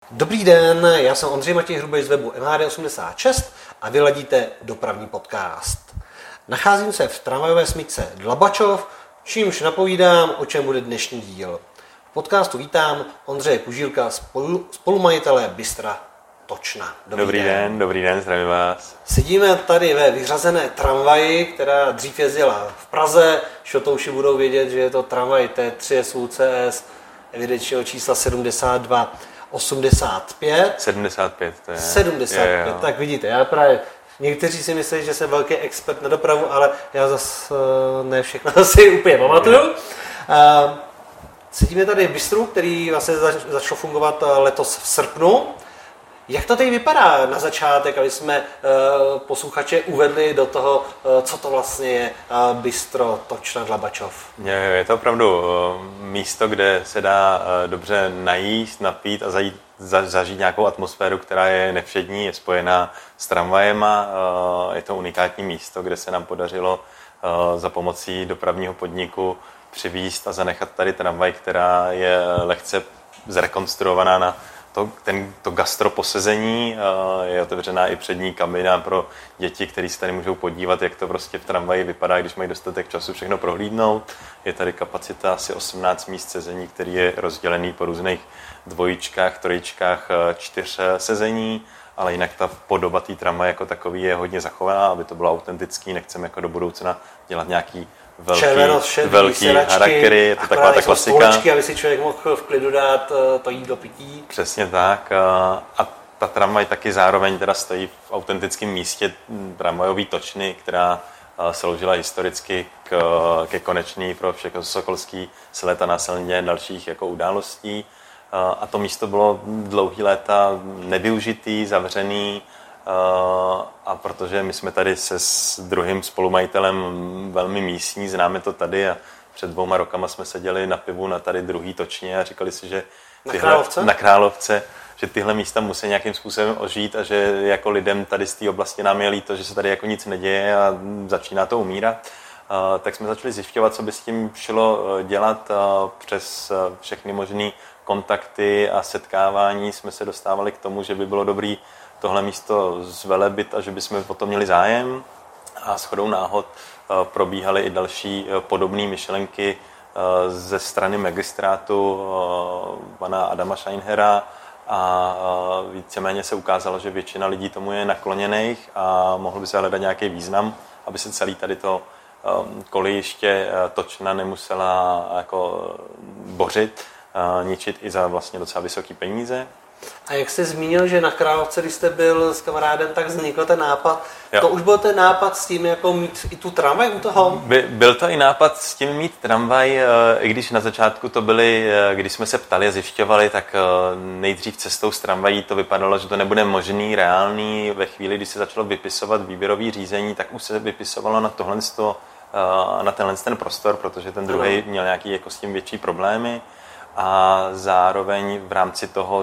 Dobrý den, já jsem Ondřej Matěj Hrubej z webu MHD86 a vy ladíte dopravní podcast. Nacházím se v tramvajové smyčce Dlabačov, čímž napovídám, o čem bude dnešní díl. V podcastu vítám Ondřeje Kužílka, spolumajitele Bystra Točna. Dobrý den, zdravím vás. Sedíme tady ve vyřazené tramvaji, která dřív jezdila v Praze. Šotouši budou vědět, že je to tramvaj T3 SUCS evidenčního čísla 7285. 75 to je. 75, tak vidíte, já právě, někteří si myslí, že jsem velký expert na dopravu, ale já zase ne všechno si úplně pamatuju. Sedíme tady v Bystru, který vlastně začal fungovat letos v srpnu. Jak to teď vypadá na začátek, aby jsme posluchače uvedli do toho, co to vlastně je Bystro Točna Dlabačov? Je to opravdu místo, kde se dá dobře najíst, napít a zažít nějakou atmosféru, která je nevšední, je spojená s tramvajema. Je to unikátní místo, kde se nám podařilo za pomocí dopravního podniku přivízt a zanechat tady tramvaj, která je lehce zrekonstruovaná na to gastroposezení. Je otevřená i přední kabina pro děti, kteří se tady můžou podívat, jak to prostě v tramvaji vypadá, když mají dostatek času všechno prohlídnout. Je tady kapacita asi 18 míst sezení, který je rozdělený po různých dvojičkách, trojičkách, 4 sezení, ale jinak ta podoba té tramvaje jako takový je hodně zachovaná, aby to bylo autentický. Nechceme jako do budoucna dělat nějaký velký charaktery, je to taková ta klasika. Stolečky, aby si člověk mohl v klidu dát to jídlo pití. Přesně tak. A ta tramvaj taky zároveň teda stojí v autentickém místě tramvajové točny, která sloužila historicky ke konečný pro všechno sokolský slet a následně dalších jako událostí. A to místo bylo dlouhý léta nevyužitý, zavřený. A protože my jsme tady se s druhým spolumajitelem velmi místní, známe to tady a před 2 rokama jsme seděli na pivu na tady druhý točně a říkali si, že na Královce, že tyhle místa musí nějakým způsobem ožít a že jako lidem tady z té oblasti nám je líto, že se tady jako nic neděje a začíná to umírat. Tak jsme začali zjišťovat, co by s tím šlo dělat. Přes všechny možné kontakty a setkávání jsme se dostávali k tomu, že by bylo dobrý tohle místo zvelebit a že bychom o to měli zájem. A shodou náhod probíhaly i další podobné myšlenky ze strany magistrátu pana Adama Scheinhera a víceméně se ukázalo, že většina lidí tomu je nakloněných a mohl by se hledat nějaký význam, aby se celý tady to kolejiště Točna nemusela jako bořit, ničit i za vlastně docela vysoké peníze. A jak jste zmínil, že na Královce, když jste byl s kamarádem, tak vznikl ten nápad. Jo. To už byl ten nápad s tím, jako mít i tu tramvaj u toho? Byl to i nápad s tím mít tramvaj, i když na začátku to byly, když jsme se ptali a zjišťovali, tak nejdřív cestou s tramvají to vypadalo, že to nebude možný, reálný. Ve chvíli, kdy se začalo vypisovat výběrový řízení, tak už se vypisovalo na tenhle ten prostor, protože ten druhý měl nějaký jako s tím větší problémy. A zároveň v rámci toho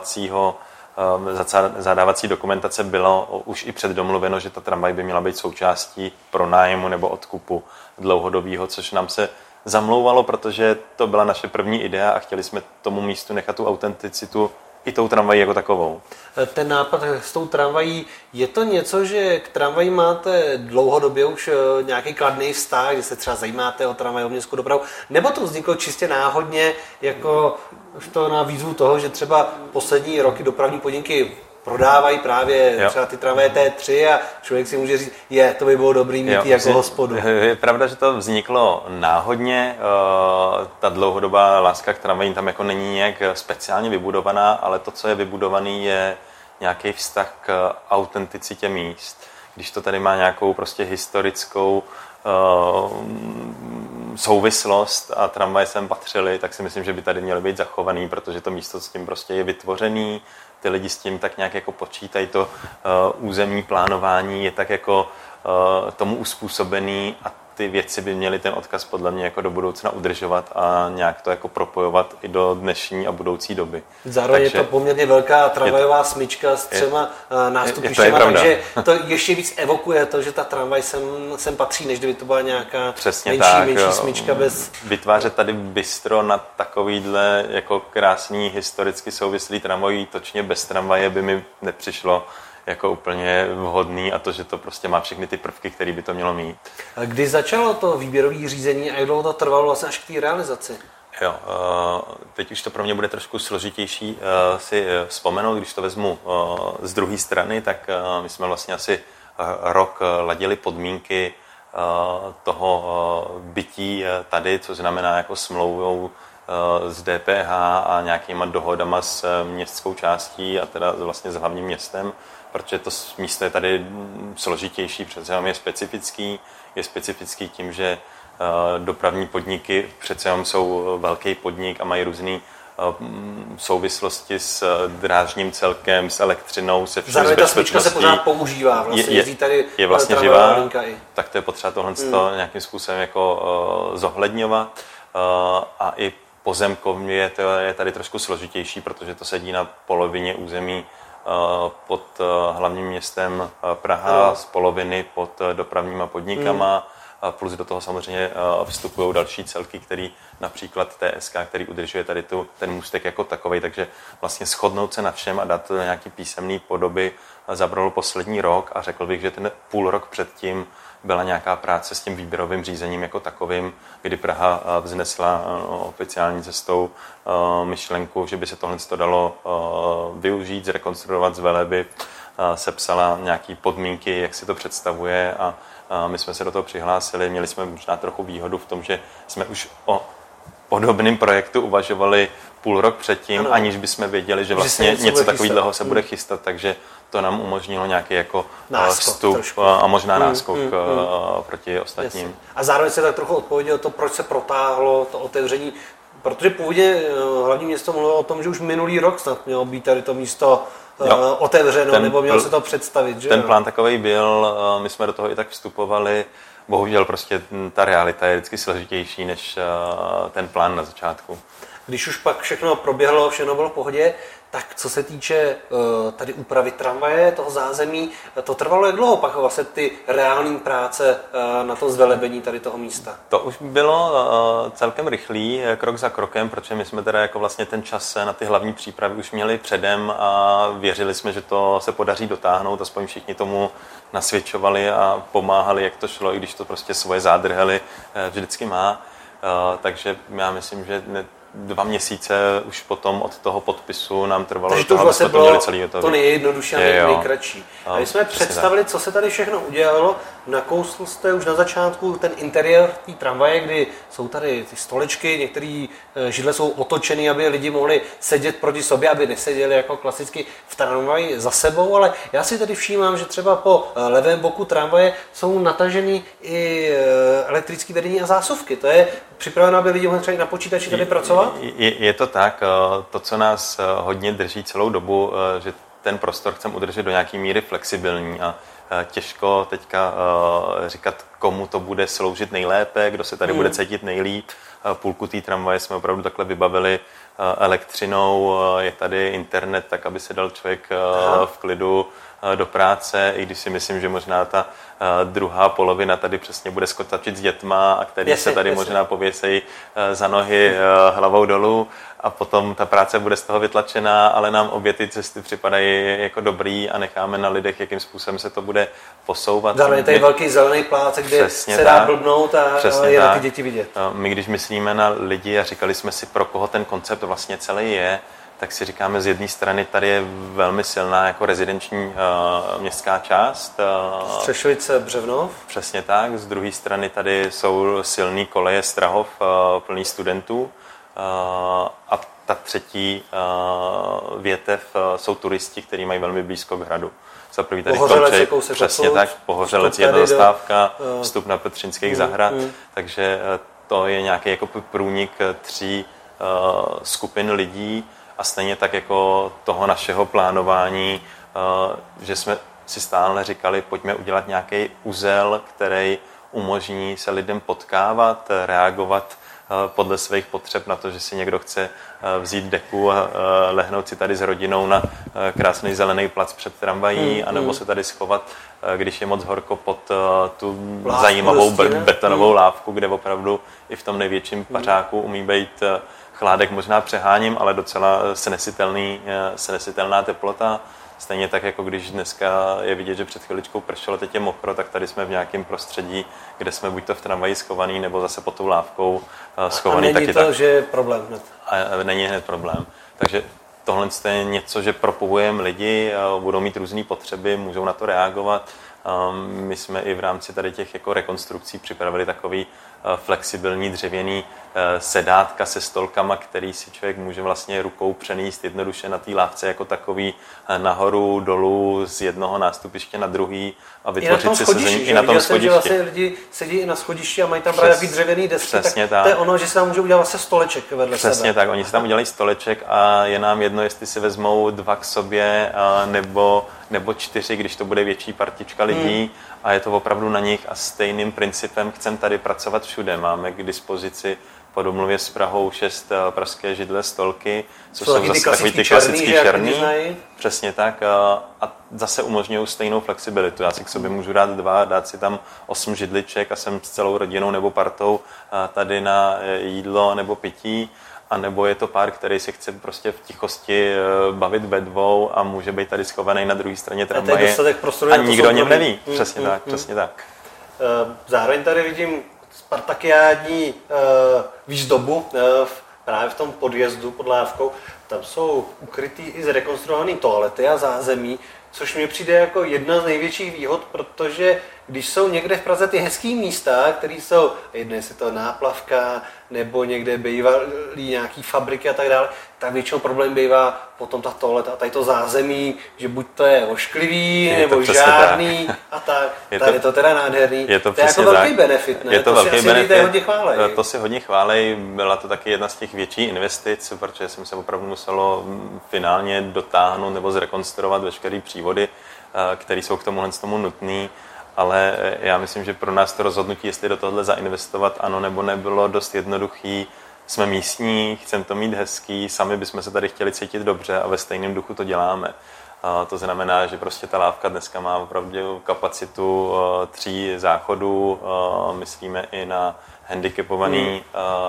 zadávací dokumentace bylo už i předdomluveno, že ta tramvaj by měla být součástí pronájmu nebo odkupu dlouhodobého, což nám se zamlouvalo, protože to byla naše první idea a chtěli jsme tomu místu nechat tu autenticitu i tou tramvají jako takovou. Ten nápad s tou tramvají, je to něco, že k tramvaji máte dlouhodobě už nějaký kladný vztah, že se třeba zajímáte o tramvaj, o městskou dopravu, nebo to vzniklo čistě náhodně, jako to na výzvu toho, že třeba poslední roky dopravní podniky prodávají právě třeba ty tramvaje T3 a člověk si může říct, to by bylo dobrý mít jako hospodu. Je pravda, že to vzniklo náhodně, ta dlouhodobá láska k tramvajím tam jako není nějak speciálně vybudovaná, ale to, co je vybudovaný, je nějaký vztah k autenticitě míst. Když to tady má nějakou prostě historickou souvislost a tramvaje sem patřily, tak si myslím, že by tady měly být zachovaný, protože to místo s tím prostě je vytvořený, ty lidi s tím tak nějak jako počítají, to územní plánování je tak jako tomu uspůsobený a ty věci by měly ten odkaz podle mě jako do budoucna udržovat a nějak to jako propojovat i do dnešní a budoucí doby. Zároveň je to poměrně velká tramvajová smyčka s 3 nástupištěma, takže to ještě víc evokuje to, že ta tramvaj sem patří, než kdyby to byla nějaká menší smyčka bez... Vytvářet tady bistro na takovýhle jako krásný historicky souvislý tramvajový točně bez tramvaje by mi nepřišlo jako úplně vhodný a to, že to prostě má všechny ty prvky, které by to mělo mít. Kdy začalo to výběrové řízení a jak dlouho to trvalo vlastně až k té realizaci? Jo, teď už to pro mě bude trošku složitější si vzpomenout, když to vezmu z druhé strany, tak my jsme vlastně asi rok ladili podmínky toho bytí tady, co znamená jako smlouvou s DPH a nějakýma dohodama s městskou částí a teda vlastně s hlavním městem, protože to místo je tady složitější, přece jenom je specifický tím, že dopravní podniky přece jenom jsou velký podnik a mají různý souvislosti s drážním celkem, s elektřinou, se všem zároveň ta smyčka se pořád používá, vlastně jezdí tady je vlastně živá, tak to je potřeba tohle nějakým způsobem jako zohledňovat a i pozemkově je tady trošku složitější, protože to sedí na polovině území pod hlavním městem Praha, z poloviny pod dopravníma podnikama, plus do toho samozřejmě vstupují další celky, který například TSK, který udržuje tady ten můstek jako takovej, takže vlastně shodnout se na všem a dát to do nějaký písemný podoby zabralo poslední rok a řekl bych, že ten půl rok předtím byla nějaká práce s tím výběrovým řízením jako takovým, kdy Praha vznesla oficiální cestou myšlenku, že by se tohle dalo využít, zrekonstruovat z veleby, sepsala nějaké podmínky, jak si to představuje a my jsme se do toho přihlásili. Měli jsme možná trochu výhodu v tom, že jsme už o podobném projektu uvažovali půl rok předtím, aniž bychom věděli, že vlastně něco takového se bude chystat, takže to nám umožnilo nějaký jako vstup trošku. A možná náskok proti ostatním. Jasně. A zároveň se tak trochu odpověděl to, proč se protáhlo to otevření, protože původně hlavní město mluvilo o tom, že už minulý rok snad mělo být tady to místo otevřeno, nebo mělo se to představit. Že? Ten plán takovej byl, my jsme do toho i tak vstupovali, bohužel prostě ta realita je vždycky složitější než ten plán na začátku. Když už pak všechno proběhlo, všechno bylo v pohodě, tak co se týče tady úpravy tramvaje, toho zázemí, to trvalo jak dlouho pak vlastně ty reální práce na to zvelebení tady toho místa? To už bylo celkem rychlý, krok za krokem, protože my jsme teda jako vlastně ten čas na ty hlavní přípravy už měli předem a věřili jsme, že to se podaří dotáhnout, aspoň všichni tomu nasvědčovali a pomáhali, jak to šlo, i když to prostě svoje zádrhely vždycky má. Takže já myslím, že 2 měsíce už potom od toho podpisu nám trvalo, takže to už vlastně bylo to nejjednodušší a nejkratší. A když jsme představili, co se tady všechno udělalo, nakousl jste už na začátku ten interiér té tramvaje, kdy jsou tady ty stolečky, některé židle jsou otočené, aby lidi mohli sedět proti sobě, aby neseděli jako klasicky v tramvaji za sebou, ale já si tady všímám, že třeba po levém boku tramvaje jsou nataženy i elektrické vedení a zásuvky. To je připraveno, aby lidi mohli třeba i na počítači tady pracovat? Je to tak. To, co nás hodně drží celou dobu, že ten prostor chceme udržet do nějaké míry flexibilní a těžko teďka říkat, komu to bude sloužit nejlépe, kdo se tady bude cítit nejlíp. Půlku té tramvaje jsme opravdu takhle vybavili elektřinou, je tady internet, tak aby se dal člověk v klidu do práce, i když si myslím, že možná ta druhá polovina tady přesně bude skotačit s dětma a který se tady možná pověsejí za nohy hlavou dolů a potom ta práce bude z toho vytlačená, ale nám obě ty cesty připadají jako dobrý a necháme na lidech, jakým způsobem se to bude posouvat. Zároveň tady je velký zelený pláce, kde se dá blbnout a je na ty děti vidět. My když myslíme na lidi a říkali jsme si, pro koho ten koncept vlastně celý je, tak si říkáme, z jedné strany tady je velmi silná jako rezidenční městská část. Střešovice, Břevnov. Přesně tak. Z druhé strany tady jsou silný koleje Strahov, plný studentů. A ta třetí větev jsou turisti, kteří mají velmi blízko k hradu. Za první tady Končej, přesně tak, Pohořelec, jedna zastávka, vstup na Petřinských zahrad, takže to je nějaký jako průnik 3 skupin lidí a stejně tak jako toho našeho plánování, že jsme si stále říkali, pojďme udělat nějaký uzel, který umožní se lidem potkávat, reagovat podle svých potřeb na to, že si někdo chce vzít deku a lehnout si tady s rodinou na krásný zelený plac před tramvají, anebo se tady schovat, když je moc horko, pod tu zajímavou betonovou lávku, kde opravdu i v tom největším pařáku umí být chládek, možná přeháním, ale docela snesitelná teplota. Stejně tak, jako když dneska je vidět, že před chviličkou pršelo, teď je mokro, tak tady jsme v nějakém prostředí, kde jsme buď to v tramvaji schovaný, nebo zase pod tou lávkou schovaný. A není to, že je problém hned. A není hned problém. Takže tohle je něco, že propojujeme lidi, budou mít různé potřeby, můžou na to reagovat. My jsme i v rámci tady těch jako rekonstrukcí připravili takový flexibilní dřevěný sedátka se stolkama, který si člověk může vlastně rukou přenést jednoduše na té lávce jako takový nahoru, dolů, z jednoho nástupiště na druhý a vytvořit si sezení i na tom schodišti. Vlastně lidi sedí i na schodišti a mají tam právě takový dřevěný desky, tak to je ono, že si tam může udělat vlastně stoleček vedle sebe. Přesně tak, oni si tam udělají stoleček a je nám jedno, jestli si vezmou 2 k sobě nebo 4, když to bude větší partička lidí a je to opravdu na nich a stejným principem chceme tady pracovat všude. Máme k dispozici po domluvě s Prahou 6 pražské židle stolky, co jsou zase takový ty klasický černý. Přesně tak. A zase umožňují stejnou flexibilitu. Já si k sobě můžu dát 2, dát si tam 8 židliček a jsem s celou rodinou nebo partou tady na jídlo nebo pití. A nebo je to pár, který se chce prostě v tichosti bavit ve dvou a může být tady schovaný na druhé straně tramvaje a nikdo o něm neví. Přesně tak, přesně tak. Zároveň tady vidím spartakiádní výzdobu právě v tom podjezdu pod lávkou. Tam jsou ukrytý i zrekonstruované toalety a zázemí, což mi přijde jako jedna z největších výhod, protože když jsou někde v Praze ty hezký místa, které jsou, jedno jestli to náplavka, nebo někde bývají nějaký fabriky a tak dále, tak většinou problém bývá potom ta toaleta a tady to zázemí, že buď to je ošklivý, nebo žádný tak. A tak. Tady je to teda nádherný. Je to je jako velký benefit, ne? Je to velký benefit. Hodně chválej. To si hodně chválej. Byla to taky jedna z těch větších investic, protože jsem se opravdu muselo finálně dotáhnout nebo zrekonstruovat veškeré přívody, které jsou k tomu nutné. Ale já myslím, že pro nás to rozhodnutí, jestli do tohle zainvestovat ano nebo nebylo dost jednoduchý. Jsme místní, chceme to mít hezký, sami bychom se tady chtěli cítit dobře a ve stejném duchu to děláme. To znamená, že prostě ta lávka dneska má opravdu kapacitu 3 záchodů, myslíme i na handicapovaný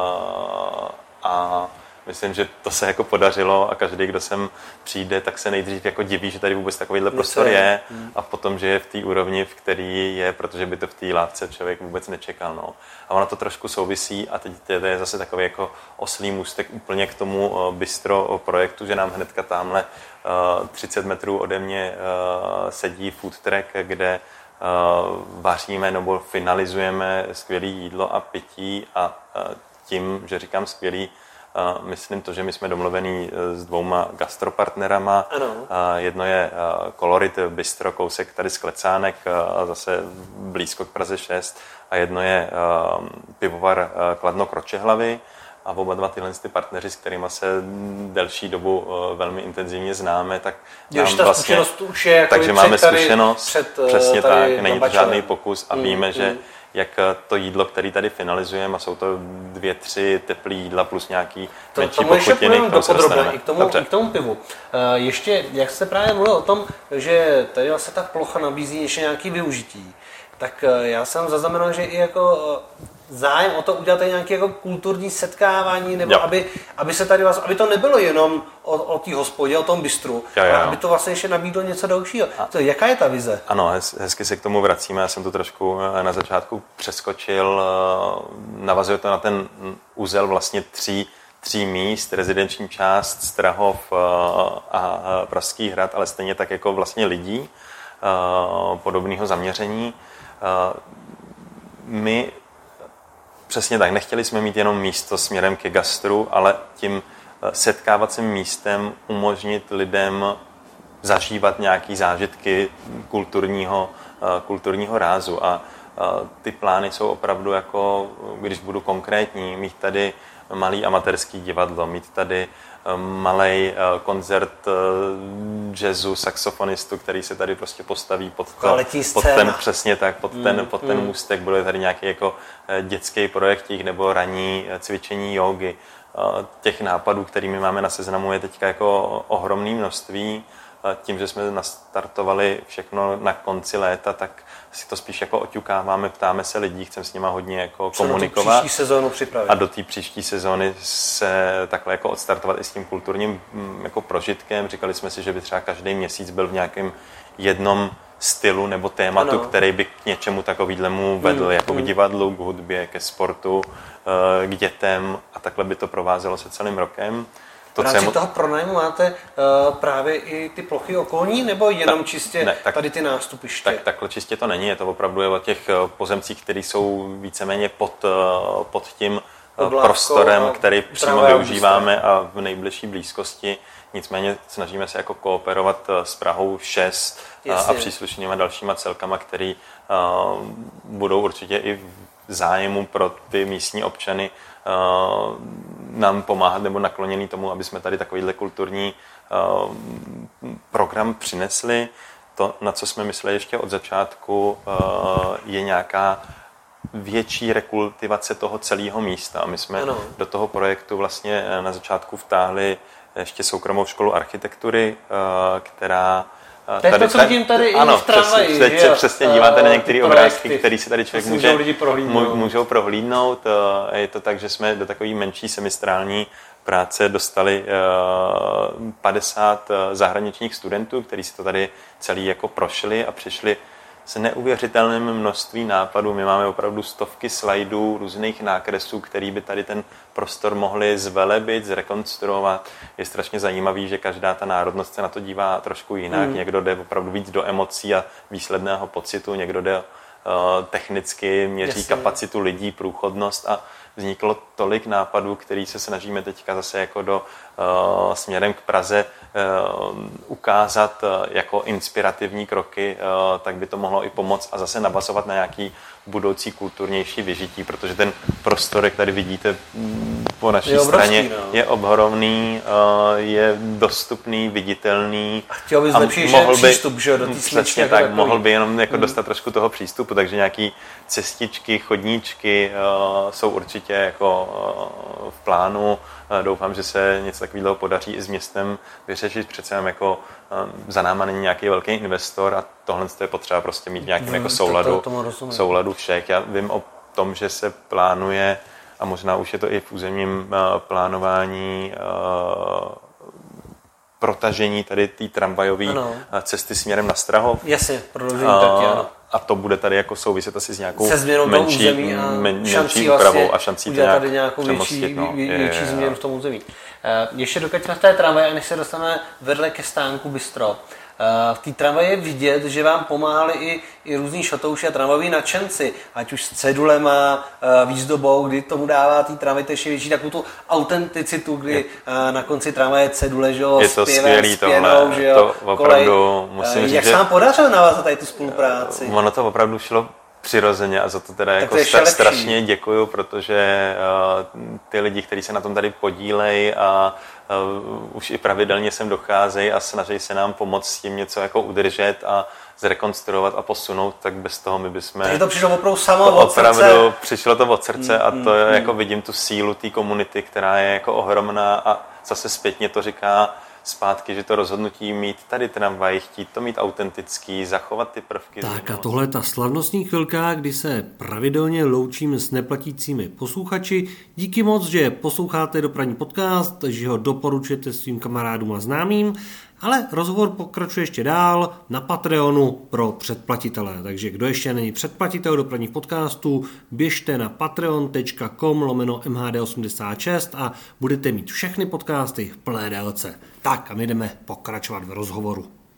a myslím, že to se jako podařilo a každý, kdo sem přijde, tak se nejdřív jako diví, že tady vůbec takovýhle prostor je a potom, že je v té úrovni, v který je, protože by to v té lávce člověk vůbec nečekal. No. A ono to trošku souvisí a teď to je zase takový jako oslý můstek úplně k tomu bistro projektu, že nám hnedka tamhle 30 metrů ode mě sedí food truck, kde vaříme nebo finalizujeme skvělé jídlo a pití a tím, že říkám skvělý, myslím to, že my jsme domluvení s 2 gastropartnerama. Ano. Jedno je Kolorit Bistro, kousek tady z Klecánek, zase blízko k Praze 6. A jedno je pivovar Kladno Kročehlavy. A oba 2 tyhle partneři, s kterými se delší dobu velmi intenzivně známe, tak nám vlastně, už je jako takže máme zkušenost, přesně tak, není to žádný pokus a víme, že jak to jídlo, které tady finalizujeme, a jsou to 2, 3 teplý jídla plus nějaký menší pochutiny, k tomu pivu. Ještě, jak jste právě mluvil o tom, že tady vlastně ta plocha nabízí ještě nějaké využití, tak já jsem zaznamenal, že i jako zájem o to udělat nějaké jako kulturní setkávání, nebo aby se tady vlastně, aby to nebylo jenom o té hospodě, o tom bistru, ale aby to vlastně ještě nabídlo něco dalšího. Jaká je ta vize? Ano, hezky se k tomu vracíme, já jsem to trošku na začátku přeskočil, navazuje to na ten úzel vlastně 3 míst, rezidenční část, Strahov a Pražský hrad, ale stejně tak jako vlastně lidí podobného zaměření. My přesně tak, nechtěli jsme mít jenom místo směrem ke gastru, ale tím setkávacím místem umožnit lidem zažívat nějaké zážitky kulturního rázu. A ty plány jsou opravdu jako, když budu konkrétní, mít tady malý amatérský divadlo, mít tady malej koncert jazzu, saxofonistu, který se tady prostě postaví pod ten můstek. Bude tady nějaký jako dětský projektík nebo ranní cvičení jógy. Těch nápadů, kterými máme na seznamu, je teďka jako ohromné množství. Tím, že jsme nastartovali všechno na konci léta, tak si to spíš jako oťukáváme, ptáme se lidí, chceme s nima hodně jako komunikovat. Do příští sezónu připravit. A do té příští sezóny se takhle jako odstartovat i s tím kulturním jako prožitkem. Říkali jsme si, že by třeba každý měsíc byl v nějakém jednom stylu nebo tématu, který by k něčemu takovýhlemu vedl, jako k divadlu, k hudbě, ke sportu, k dětem, a takhle by to provázelo se celým rokem. V rámci toho pronájmu máte právě i ty plochy okolní, nebo jenom čistě tady ty nástupiště? Takhle čistě to není, je to opravdu o těch pozemcích, které jsou víceméně pod tím prostorem, který přímo využíváme a v nejbližší blízkosti. Nicméně snažíme se jako kooperovat s Prahou 6 a příslušnými dalšíma celkama, který budou určitě i v zájmu pro ty místní občany nám pomáhat nebo nakloněný tomu, aby jsme tady takovýhle kulturní program přinesli. To, na co jsme mysleli ještě od začátku, je nějaká větší rekultivace toho celého místa. A my jsme do toho projektu vlastně na začátku vtáhli ještě soukromou školu architektury, která to je to, co vidím tady i v tramvaji. Teď se přesně díváte na některé obrázky, které si tady člověk můžou prohlídnout. Je to tak, že jsme do takové menší semestrální práce dostali 50 zahraničních studentů, kteří si to tady celý jako prošli a přišli s neuvěřitelným množství nápadů. My máme opravdu stovky slajdů, různých nákresů, který by tady ten prostor mohli zvelebit, zrekonstruovat. Je strašně zajímavý, že každá ta národnost se na to dívá trošku jinak. Někdo jde opravdu víc do emocí a výsledného pocitu, někdo jde technicky, měří kapacitu lidí, průchodnost, a vzniklo tolik nápadů, který se snažíme teďka zase jako směrem k Praze ukázat jako inspirativní kroky, tak by to mohlo i pomoct a zase navazovat na nějaký budoucí kulturnější vyžití, protože ten prostor, jak tady vidíte po naší straně, je ohromný, je dostupný, viditelný. A chtěl bys lepší přístup, že do té přesně tak, mohl by jenom jako dostat trošku toho přístupu, takže nějaký cestičky, chodníčky jsou určitě jako v plánu. Doufám, že se něco takového podaří i s městem vyřešit. Přece jenom jako za náma není nějaký velký investor a tohle je potřeba prostě mít v nějakém jako souladu všech. Já vím o tom, že se plánuje, a možná už je to i v územním plánování, protažení tady té tramvajové cesty směrem na Strahov. Jasně, prodloužení taky, ano. A to bude tady jako souviset asi s nějakou menší úpravou a šancí udělat tady nějakou větší změnu v tom území. Ještě dokud na té tramvaji, než se dostaneme vedle ke stánku Bistro, v té tramvaji je vidět, že vám pomáhali i různí šatouši a tramvajoví nadšenci, ať už s cedulema, výzdobou, kdy tomu dává té tramvaj ještě větší takovou tu autenticitu, kdy na konci tramvaje je cedule, že jo, je to skvělý tohle, že jo, to opravdu musím říct, jak se vám podařilo navázat tady tu spolupráci? Ono to opravdu šlo přirozeně a za to teda jako strašně děkuju, protože ty lidi, kteří se na tom tady podílejí a už i pravidelně sem docházejí a snaží se nám pomoct s tím něco jako udržet a zrekonstruovat a posunout, tak bez toho my bychom... Takže to přišlo opravdu samo od srdce? Opravdu přišlo to od srdce a to je, jako vidím tu sílu té komunity, která je jako ohromná, a zase zpětně to říká zpátky, že to rozhodnutí mít tady tramvaj, chtít to mít autentický, zachovat ty prvky. Tak a tohle je ta slavnostní chvilka, kdy se pravidelně loučíme s neplatícími posluchači. Díky moc, že posloucháte Dopravní podcast, že ho doporučujete svým kamarádům a známým, ale rozhovor pokračuje ještě dál na Patreonu pro předplatitele. Takže kdo ještě není předplatitel Dopravních podcastů, běžte na patreon.com/mhd86 a budete mít všechny podcasty v plné délce. Tak a my jdeme pokračovat v rozhovoru.